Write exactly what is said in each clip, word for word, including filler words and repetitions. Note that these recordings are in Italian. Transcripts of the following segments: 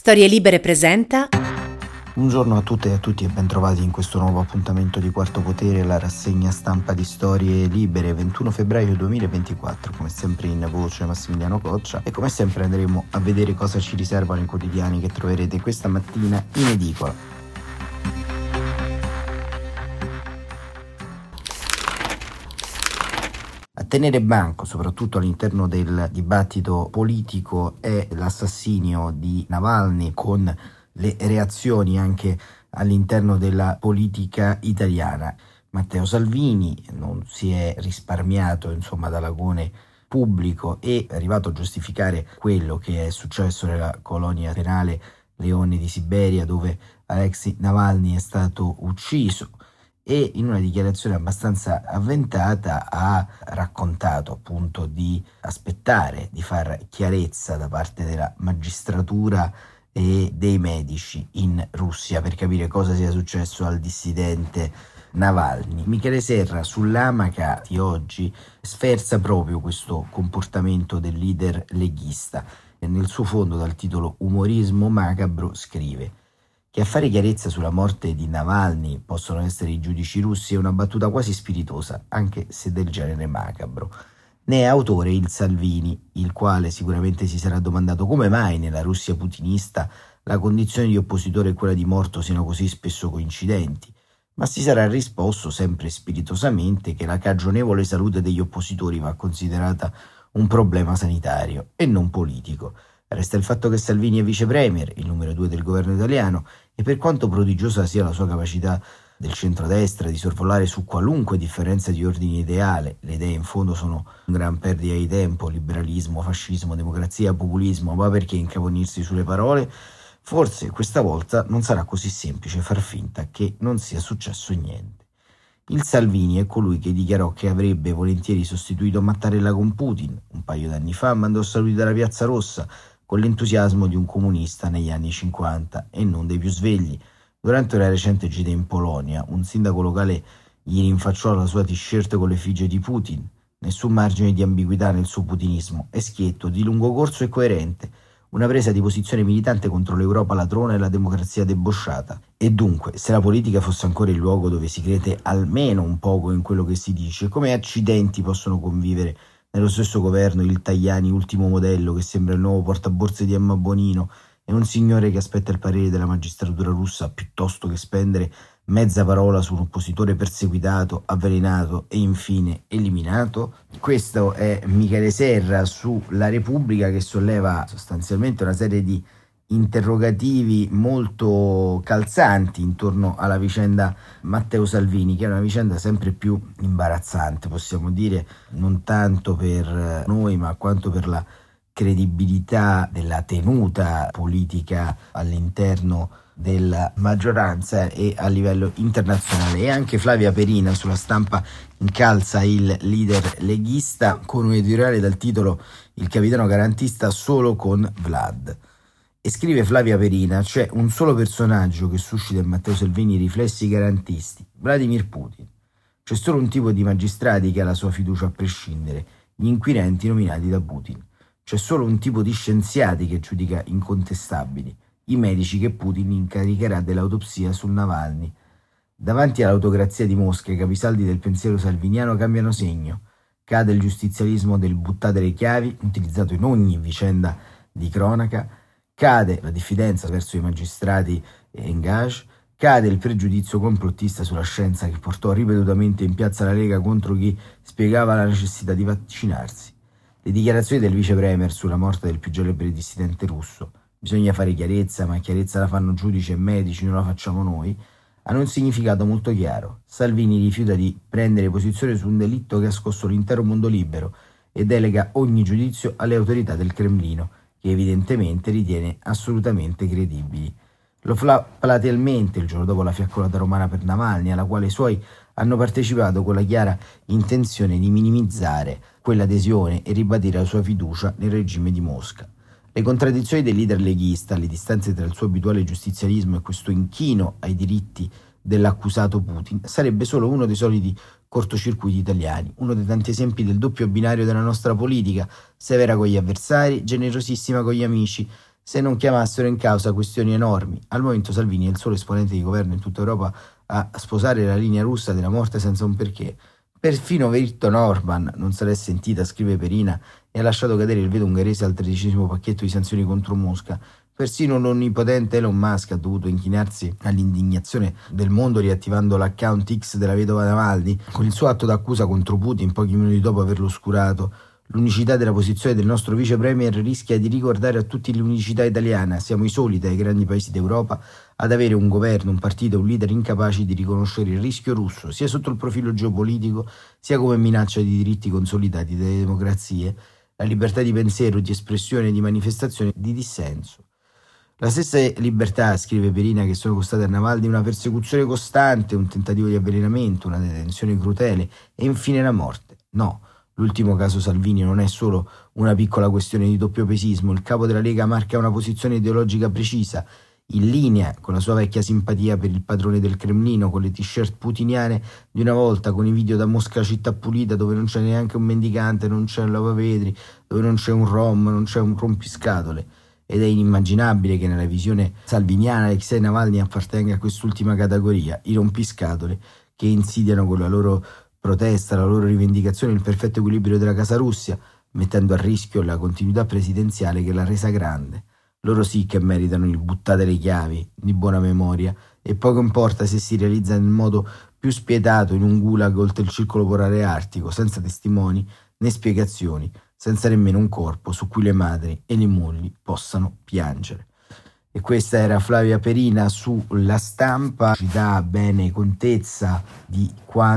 Storie Libere presenta. Buongiorno a tutte e a tutti e bentrovati in questo nuovo appuntamento di Quarto Potere, la rassegna stampa di Storie Libere, ventuno febbraio duemilaventiquattro, come sempre in voce Massimiliano Coccia, e come sempre andremo a vedere cosa ci riservano i quotidiani che troverete questa mattina in edicola. A tenere banco, soprattutto all'interno del dibattito politico, è l'assassinio di Navalny, con le reazioni anche all'interno della politica italiana. Matteo Salvini non si è risparmiato insomma dall'agone pubblico e è arrivato a giustificare quello che è successo nella colonia penale Leone di Siberia, dove Alexei Navalny è stato ucciso, e in una dichiarazione abbastanza avventata ha raccontato appunto di aspettare di far chiarezza da parte della magistratura e dei medici in Russia per capire cosa sia successo al dissidente Navalny. Michele Serra sull'Amaca di oggi sferza proprio questo comportamento del leader leghista e nel suo fondo, dal titolo Umorismo macabro, scrive che a fare chiarezza sulla morte di Navalny possono essere i giudici russi è una battuta quasi spiritosa, anche se del genere macabro. Ne è autore il Salvini, il quale sicuramente si sarà domandato come mai nella Russia putinista la condizione di oppositore e quella di morto siano così spesso coincidenti, ma si sarà risposto sempre spiritosamente che la cagionevole salute degli oppositori va considerata un problema sanitario e non politico. Resta il fatto che Salvini è vice premier, il numero due del governo italiano, e per quanto prodigiosa sia la sua capacità del centrodestra di sorvolare su qualunque differenza di ordine ideale, le idee in fondo sono un gran perdita di tempo, liberalismo, fascismo, democrazia, populismo, ma perché incaponirsi sulle parole? Forse questa volta non sarà così semplice far finta che non sia successo niente. Il Salvini è colui che dichiarò che avrebbe volentieri sostituito Mattarella con Putin. Un paio d'anni fa mandò saluti dalla Piazza Rossa con l'entusiasmo di un comunista negli anni cinquanta e non dei più svegli. Durante una recente gita in Polonia, un sindaco locale gli rinfacciò la sua t-shirt con l'effigie di Putin. Nessun margine di ambiguità nel suo putinismo, è schietto, di lungo corso e coerente, una presa di posizione militante contro l'Europa ladrona e la democrazia debosciata. E dunque, se la politica fosse ancora il luogo dove si crede almeno un poco in quello che si dice, come accidenti possono convivere nello stesso governo il Tajani ultimo modello, che sembra il nuovo portaborse di Emma Bonino, e un signore che aspetta il parere della magistratura russa piuttosto che spendere mezza parola su un oppositore perseguitato, avvelenato e infine eliminato? Questo è Michele Serra su La Repubblica, che solleva sostanzialmente una serie di interrogativi molto calzanti intorno alla vicenda Matteo Salvini, che è una vicenda sempre più imbarazzante, possiamo dire, non tanto per noi ma quanto per la credibilità della tenuta politica all'interno della maggioranza e a livello internazionale. E anche Flavia Perina sulla Stampa incalza il leader leghista con un editoriale dal titolo Il capitano garantista solo con Vlad. E scrive Flavia Perina: c'è un solo personaggio che suscita in Matteo Salvini riflessi garantisti, Vladimir Putin. C'è solo un tipo di magistrati che ha la sua fiducia a prescindere, gli inquirenti nominati da Putin. C'è solo un tipo di scienziati che giudica incontestabili, i medici che Putin incaricherà dell'autopsia su Navalny. Davanti all'autocrazia di Mosca i capisaldi del pensiero salviniano cambiano segno. Cade il giustizialismo del buttate le chiavi, utilizzato in ogni vicenda di cronaca. Cade la diffidenza verso i magistrati e engage, cade il pregiudizio complottista sulla scienza che portò ripetutamente in piazza la Lega contro chi spiegava la necessità di vaccinarsi. Le dichiarazioni del vice premier sulla morte del più celebre dissidente russo, bisogna fare chiarezza, ma chiarezza la fanno giudici e medici, non la facciamo noi, hanno un significato molto chiaro. Salvini rifiuta di prendere posizione su un delitto che ha scosso l'intero mondo libero e delega ogni giudizio alle autorità del Cremlino, che evidentemente ritiene assolutamente credibili. Lo fa platealmente il giorno dopo la fiaccolata romana per Navalny, alla quale i suoi hanno partecipato con la chiara intenzione di minimizzare quell'adesione e ribadire la sua fiducia nel regime di Mosca. Le contraddizioni del leader leghista, le distanze tra il suo abituale giustizialismo e questo inchino ai diritti dell'accusato Putin, sarebbe solo uno dei soliti cortocircuiti italiani, uno dei tanti esempi del doppio binario della nostra politica, severa con gli avversari, generosissima con gli amici, se non chiamassero in causa questioni enormi. Al momento Salvini è il solo esponente di governo in tutta Europa a sposare la linea russa della morte senza un perché. Perfino Viktor Orban non se l'è sentita, scrive Perina, e ha lasciato cadere il veto ungherese al tredicesimo pacchetto di sanzioni contro Mosca. Persino l'onnipotente Elon Musk ha dovuto inchinarsi all'indignazione del mondo riattivando l'account X della vedova Navalny con il suo atto d'accusa contro Putin pochi minuti dopo averlo oscurato. L'unicità della posizione del nostro vice premier rischia di ricordare a tutti l'unicità italiana. Siamo i soli tra i grandi paesi d'Europa ad avere un governo, un partito e un leader incapaci di riconoscere il rischio russo, sia sotto il profilo geopolitico, sia come minaccia di diritti consolidati delle democrazie, la libertà di pensiero, di espressione, di manifestazione, di dissenso. La stessa libertà, scrive Perina, che sono costate a Navalny una persecuzione costante, un tentativo di avvelenamento, una detenzione crudele e infine la morte. No. L'ultimo caso Salvini non è solo una piccola questione di doppiopesismo. Il capo della Lega marca una posizione ideologica precisa, in linea con la sua vecchia simpatia per il padrone del Cremlino, con le t-shirt putiniane di una volta, con i video da Mosca città pulita dove non c'è neanche un mendicante, non c'è un lavavetri, dove non c'è un rom, non c'è un rompiscatole. Ed è inimmaginabile che nella visione salviniana Alexei Navalny appartenga a quest'ultima categoria, i rompiscatole che insidiano con la loro protesta, la loro rivendicazione, il perfetto equilibrio della Casa Russia, mettendo a rischio la continuità presidenziale che l'ha resa grande. Loro sì che meritano il buttate le chiavi, di buona memoria, e poco importa se si realizza nel modo più spietato in un gulag oltre il circolo polare artico, senza testimoni né spiegazioni, senza nemmeno un corpo su cui le madri e le mogli possano piangere. E questa era Flavia Perina sulla Stampa, ci dà bene contezza di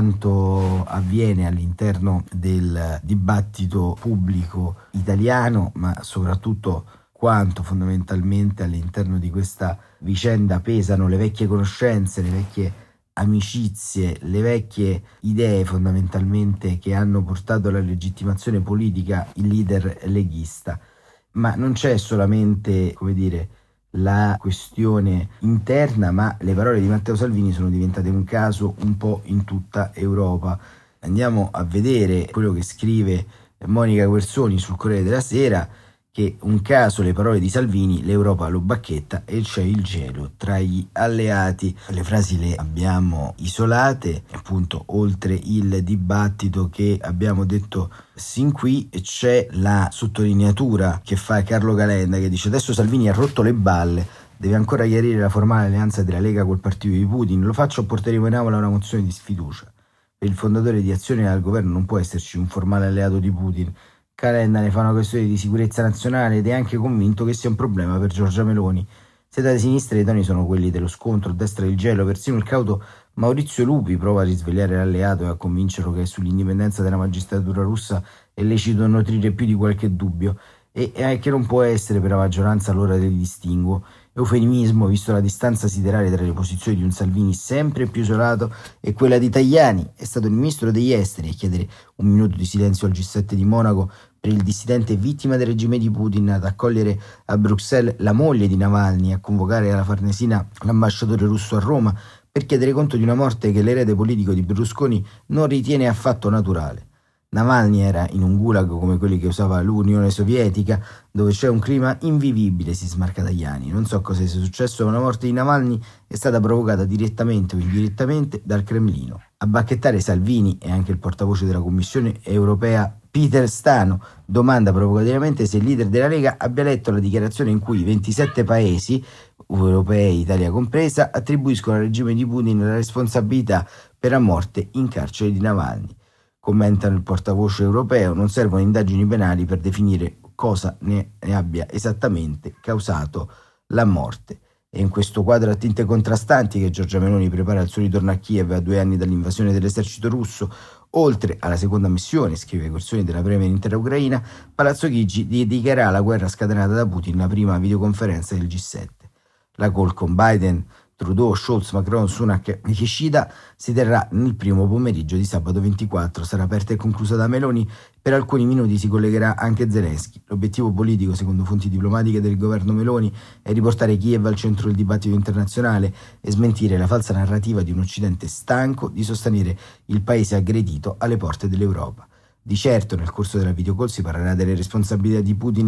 quanto avviene all'interno del dibattito pubblico italiano, ma soprattutto quanto fondamentalmente all'interno di questa vicenda pesano le vecchie conoscenze, le vecchie amicizie, le vecchie idee fondamentalmente che hanno portato alla legittimazione politica il leader leghista. Ma non c'è solamente, come dire, la questione interna, ma le parole di Matteo Salvini sono diventate un caso un po' in tutta Europa. Andiamo a vedere quello che scrive Monica Guerzoni sul Corriere della Sera, che un caso le parole di Salvini, l'Europa lo bacchetta e c'è il gelo tra gli alleati. Le frasi le abbiamo isolate, appunto, oltre il dibattito che abbiamo detto sin qui c'è la sottolineatura che fa Carlo Calenda, che dice: adesso Salvini ha rotto le balle, deve ancora chiarire la formale alleanza della Lega col partito di Putin, lo faccio o porteremo in aula una mozione di sfiducia. Per il fondatore di Azione al governo non può esserci un formale alleato di Putin. Calenda ne fa una questione di sicurezza nazionale ed è anche convinto che sia un problema per Giorgia Meloni. Se da sinistra i toni sono quelli dello scontro, a destra il gelo, persino il cauto Maurizio Lupi prova a risvegliare l'alleato e a convincerlo che sull'indipendenza della magistratura russa è lecito nutrire più di qualche dubbio e, e che non può essere per la maggioranza l'ora del distinguo. Eufemismo, visto la distanza siderale tra le posizioni di un Salvini sempre più isolato e quella di Tajani. È stato il ministro degli esteri a chiedere un minuto di silenzio al G sette di Monaco per il dissidente vittima del regime di Putin, ad accogliere a Bruxelles la moglie di Navalny, a convocare alla Farnesina l'ambasciatore russo a Roma per chiedere conto di una morte che l'erede politico di Berlusconi non ritiene affatto naturale. Navalny era in un gulag come quelli che usava l'Unione Sovietica, dove c'è un clima invivibile, si smarca Tajani. Non so cosa sia successo, ma la morte di Navalny è stata provocata direttamente o indirettamente dal Cremlino. A bacchettare Salvini e anche il portavoce della Commissione europea Peter Stano domanda provocatoriamente se il leader della Lega abbia letto la dichiarazione in cui ventisette paesi europei, Italia compresa, attribuiscono al regime di Putin la responsabilità per la morte in carcere di Navalny. Commentano il portavoce europeo: non servono indagini penali per definire cosa ne abbia esattamente causato la morte. È in questo quadro a tinte contrastanti che Giorgia Meloni prepara il suo ritorno a Kiev a due anni dall'invasione dell'esercito russo. Oltre alla seconda missione, scrive Guerzoni, della Premier intera Ucraina, Palazzo Chigi dedicherà alla guerra scatenata da Putin la prima videoconferenza del G sette. La call con Biden, Trudeau, Scholz, Macron, Sunak e Kishida si terrà nel primo pomeriggio di sabato ventiquattro, sarà aperta e conclusa da Meloni, per alcuni minuti si collegherà anche Zelensky. L'obiettivo politico, secondo fonti diplomatiche del governo Meloni, è riportare Kiev al centro del dibattito internazionale e smentire la falsa narrativa di un Occidente stanco di sostenere il paese aggredito alle porte dell'Europa. Di certo nel corso della videocall si parlerà delle responsabilità di Putin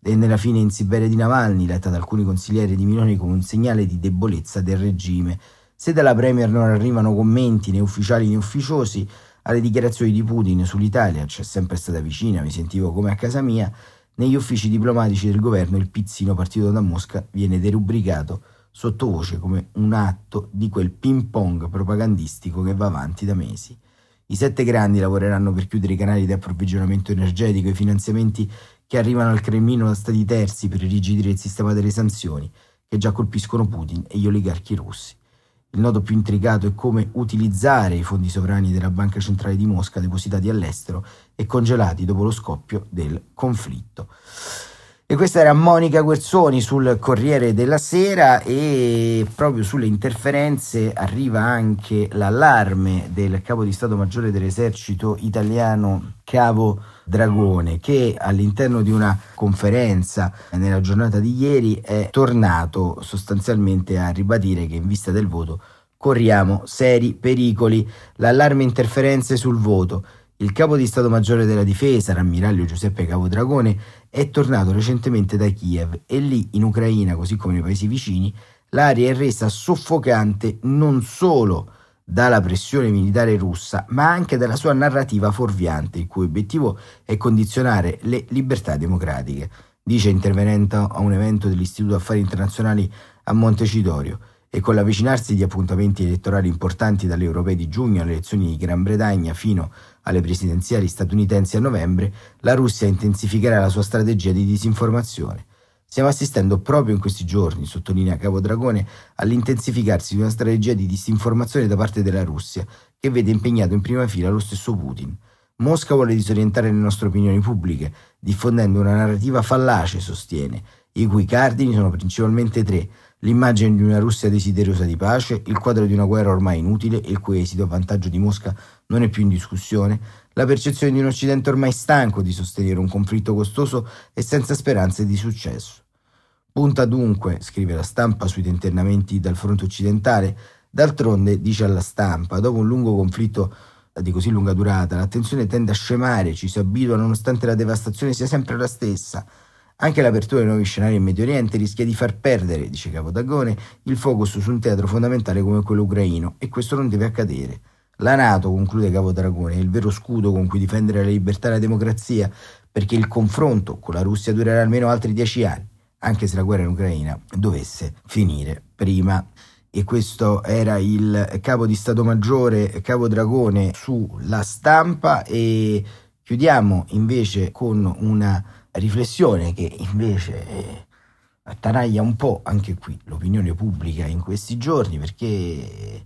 e nella fine in Siberia di Navalny, letta da alcuni consiglieri di Meloni come un segnale di debolezza del regime. Se dalla Premier non arrivano commenti né ufficiali né ufficiosi alle dichiarazioni di Putin sull'Italia, c'è sempre stata vicina, mi sentivo come a casa mia, negli uffici diplomatici del governo il pizzino partito da Mosca viene derubricato sottovoce come un atto di quel ping pong propagandistico che va avanti da mesi. I sette grandi lavoreranno per chiudere i canali di approvvigionamento energetico e i finanziamenti che arrivano al Cremlino da stati terzi per irrigidire il sistema delle sanzioni che già colpiscono Putin e gli oligarchi russi. Il nodo più intricato è come utilizzare i fondi sovrani della Banca Centrale di Mosca depositati all'estero e congelati dopo lo scoppio del conflitto. E questa era Monica Guerzoni sul Corriere della Sera, e proprio sulle interferenze arriva anche l'allarme del capo di Stato Maggiore dell'Esercito italiano Cavo Dragone, che all'interno di una conferenza nella giornata di ieri è tornato sostanzialmente a ribadire che in vista del voto corriamo seri pericoli. L'allarme interferenze sul voto. Il capo di Stato Maggiore della Difesa, l'ammiraglio Giuseppe Cavo Dragone, è tornato recentemente da Kiev e lì in Ucraina, così come nei paesi vicini, l'aria è resa soffocante non solo dalla pressione militare russa, ma anche dalla sua narrativa fuorviante, il cui obiettivo è condizionare le libertà democratiche, dice intervenendo a un evento dell'Istituto Affari Internazionali a Montecitorio. E con l'avvicinarsi di appuntamenti elettorali importanti dalle europee di giugno alle elezioni di Gran Bretagna fino alle presidenziali statunitensi a novembre, la Russia intensificherà la sua strategia di disinformazione. Stiamo assistendo proprio in questi giorni, sottolinea Cavo Dragone, all'intensificarsi di una strategia di disinformazione da parte della Russia, che vede impegnato in prima fila lo stesso Putin. Mosca vuole disorientare le nostre opinioni pubbliche, diffondendo una narrativa fallace, sostiene, i cui cardini sono principalmente tre: l'immagine di una Russia desiderosa di pace, il quadro di una guerra ormai inutile e il cui esito a vantaggio di Mosca non è più in discussione, la percezione di un Occidente ormai stanco di sostenere un conflitto costoso e senza speranze di successo. Punta dunque, scrive la Stampa sui tentennamenti dal fronte occidentale, d'altronde, dice alla Stampa, dopo un lungo conflitto di così lunga durata, l'attenzione tende a scemare, ci si abitua nonostante la devastazione sia sempre la stessa. Anche l'apertura dei nuovi scenari in Medio Oriente rischia di far perdere, dice Cavo Dragone, il focus su un teatro fondamentale come quello ucraino, e questo non deve accadere. La NATO, conclude Cavo Dragone, è il vero scudo con cui difendere la libertà e la democrazia, perché il confronto con la Russia durerà almeno altri dieci anni, anche se la guerra in Ucraina dovesse finire prima. E questo era il capo di Stato Maggiore Cavo Dragone sulla Stampa, e chiudiamo invece con una riflessione che invece eh, attanaglia un po' anche qui l'opinione pubblica in questi giorni, perché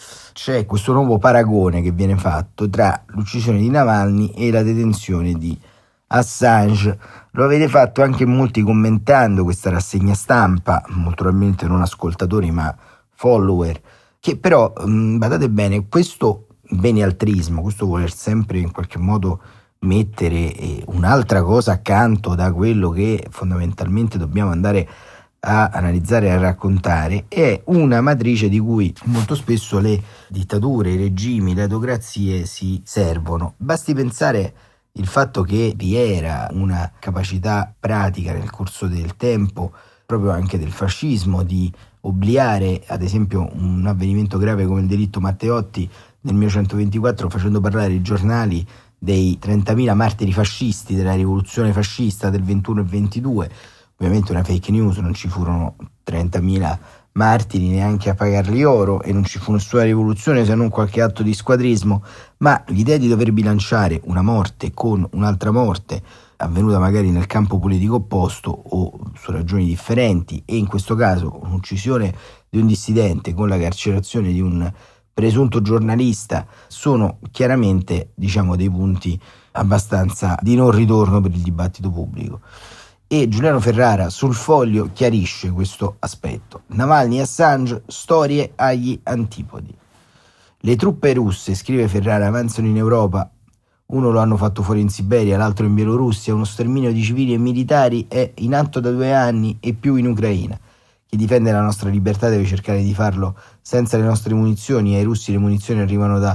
c'è questo nuovo paragone che viene fatto tra l'uccisione di Navalny e la detenzione di Assange. Lo avete fatto anche molti commentando questa rassegna stampa, molto probabilmente non ascoltatori ma follower, che però mh, badate bene, questo benealtrismo, questo voler sempre in qualche modo mettere eh, un'altra cosa accanto da quello che fondamentalmente dobbiamo andare a analizzare e a raccontare, è una matrice di cui molto spesso le dittature, i regimi, le autocrazie si servono. Basti pensare il fatto che vi era una capacità pratica nel corso del tempo, proprio anche del fascismo, di obliare ad esempio un avvenimento grave come il delitto Matteotti nel millenovecentoventiquattro, facendo parlare i giornali dei trentamila martiri fascisti della rivoluzione fascista del ventuno e ventidue. Ovviamente una fake news, non ci furono trentamila martiri neanche a pagarli oro e non ci fu nessuna rivoluzione se non qualche atto di squadrismo, ma l'idea di dover bilanciare una morte con un'altra morte avvenuta magari nel campo politico opposto o su ragioni differenti, e in questo caso un'uccisione di un dissidente con la carcerazione di un presunto giornalista, sono chiaramente, diciamo, dei punti abbastanza di non ritorno per il dibattito pubblico. E Giuliano Ferrara sul Foglio chiarisce questo aspetto. Navalny e Assange, storie agli antipodi. Le truppe russe, scrive Ferrara, avanzano in Europa. Uno lo hanno fatto fuori in Siberia, l'altro in Bielorussia. Uno sterminio di civili e militari è in atto da due anni e più in Ucraina. Chi difende la nostra libertà deve cercare di farlo senza le nostre munizioni, e ai russi le munizioni arrivano da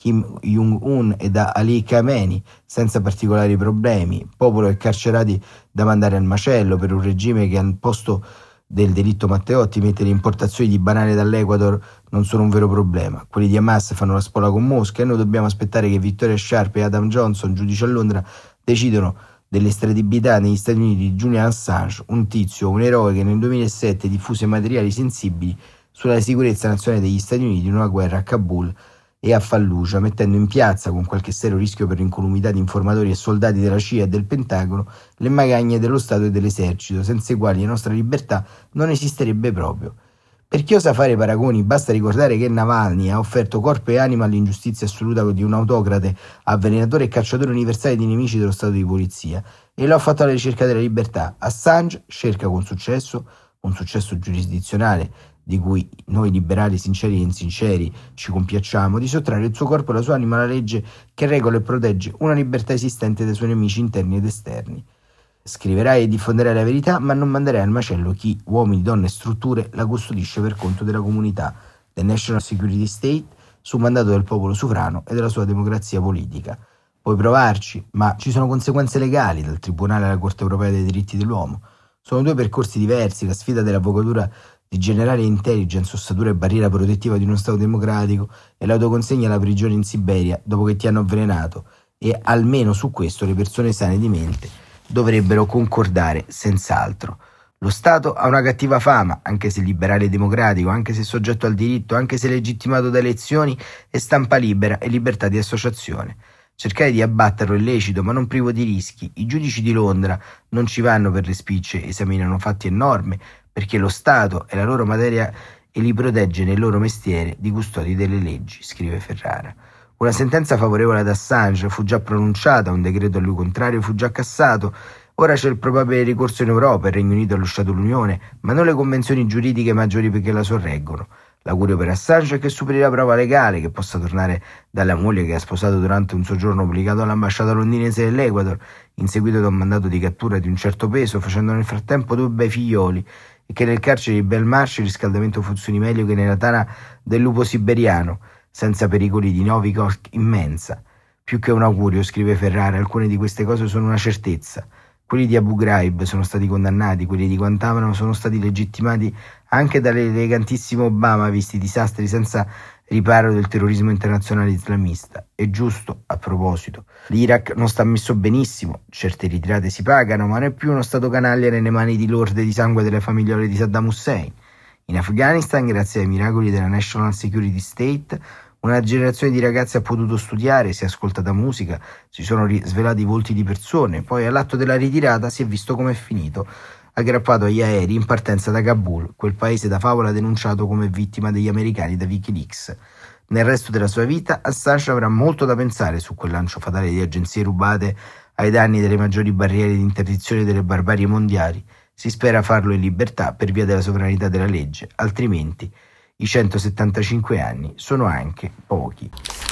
Kim Jong-un e da Ali Khamenei senza particolari problemi, popolo e carcerati da mandare al macello per un regime che al posto del delitto Matteotti mette le importazioni di banane dall'Ecuador non sono un vero problema. Quelli di Hamas fanno la spola con Mosca e noi dobbiamo aspettare che Victoria Sharp e Adam Johnson, giudici a Londra, decidano dell'estradibilità negli Stati Uniti di Julian Assange, un tizio, un eroe che nel duemilasette diffuse materiali sensibili sulla sicurezza nazionale degli Stati Uniti in una guerra a Kabul e a Fallujah, mettendo in piazza, con qualche serio rischio per l'incolumità di informatori e soldati della C I A e del Pentagono, le magagne dello Stato e dell'esercito, senza i quali la nostra libertà non esisterebbe proprio. Per chi osa fare paragoni, basta ricordare che Navalny ha offerto corpo e anima all'ingiustizia assoluta di un autocrate, avvelenatore e cacciatore universale di nemici dello Stato di polizia, e lo ha fatto alla ricerca della libertà. Assange cerca con successo, un successo giurisdizionale, di cui noi liberali sinceri e insinceri ci compiacciamo, di sottrarre il suo corpo e la sua anima alla legge che regola e protegge una libertà esistente dai suoi nemici interni ed esterni. Scriverai e diffonderai la verità, ma non manderai al macello chi, uomini, donne e strutture, la custodisce per conto della comunità, del National Security State, su mandato del popolo sovrano e della sua democrazia politica. Puoi provarci, ma ci sono conseguenze legali, dal Tribunale alla Corte Europea dei Diritti dell'Uomo. Sono due percorsi diversi, la sfida dell'avvocatura di generare intelligence, ossatura e barriera protettiva di uno Stato democratico e l'autoconsegna alla prigione in Siberia dopo che ti hanno avvelenato, e almeno su questo le persone sane di mente dovrebbero concordare senz'altro. Lo Stato ha una cattiva fama, anche se liberale e democratico, anche se soggetto al diritto, anche se legittimato da elezioni e stampa libera e libertà di associazione. Cercare di abbatterlo è lecito, ma non privo di rischi. I giudici di Londra non ci vanno per le spicce, esaminano fatti e norme, perché lo Stato è la loro materia e li protegge nel loro mestiere di custodi delle leggi, scrive Ferrara. Una sentenza favorevole ad Assange fu già pronunciata, un decreto a lui contrario fu già cassato, ora c'è il probabile ricorso in Europa, il Regno Unito ha lasciato l'Unione, ma non le convenzioni giuridiche maggiori perché la sorreggono. L'augurio per Assange è che superi la prova legale, che possa tornare dalla moglie che ha sposato durante un soggiorno obbligato all'ambasciata londinese dell'Ecuador, inseguito da un mandato di cattura di un certo peso, facendo nel frattempo due bei figlioli, e che nel carcere di Belmarsh il riscaldamento funzioni meglio che nella tana del lupo siberiano, senza pericoli di Novichok immensa. Più che un augurio, scrive Ferrara, alcune di queste cose sono una certezza. Quelli di Abu Ghraib sono stati condannati, quelli di Guantanamo sono stati legittimati anche dall'elegantissimo Obama, visti i disastri senza riparo del terrorismo internazionale islamista. È giusto, a proposito. L'Iraq non sta messo benissimo, certe ritirate si pagano, ma non è più uno stato canaglia nelle mani di lorde di sangue delle famigliole di Saddam Hussein. In Afghanistan, grazie ai miracoli della National Security State, una generazione di ragazzi ha potuto studiare, si è ascoltata musica, si sono svelati i volti di persone, poi all'atto della ritirata si è visto com'è finito, aggrappato agli aerei in partenza da Kabul, quel paese da favola denunciato come vittima degli americani da Wikileaks. Nel resto della sua vita Assange avrà molto da pensare su quel lancio fatale di agenzie rubate ai danni delle maggiori barriere di interdizione delle barbarie mondiali. Si spera farlo in libertà per via della sovranità della legge, altrimenti i centosettantacinque anni sono anche pochi.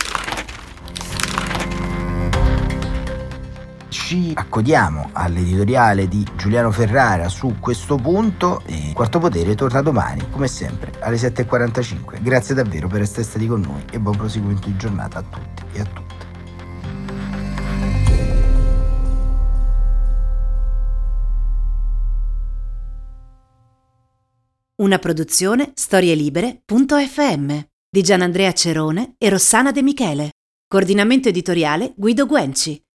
Ci accodiamo all'editoriale di Giuliano Ferrara su questo punto e Quarto Potere torna domani, come sempre, alle sette e quarantacinque. Grazie davvero per essere stati con noi e buon proseguimento di giornata a tutti e a tutte. Una produzione storielibere punto effe emme di Gianandrea Cerone e Rossana De Michele. Coordinamento editoriale Guido Guenci.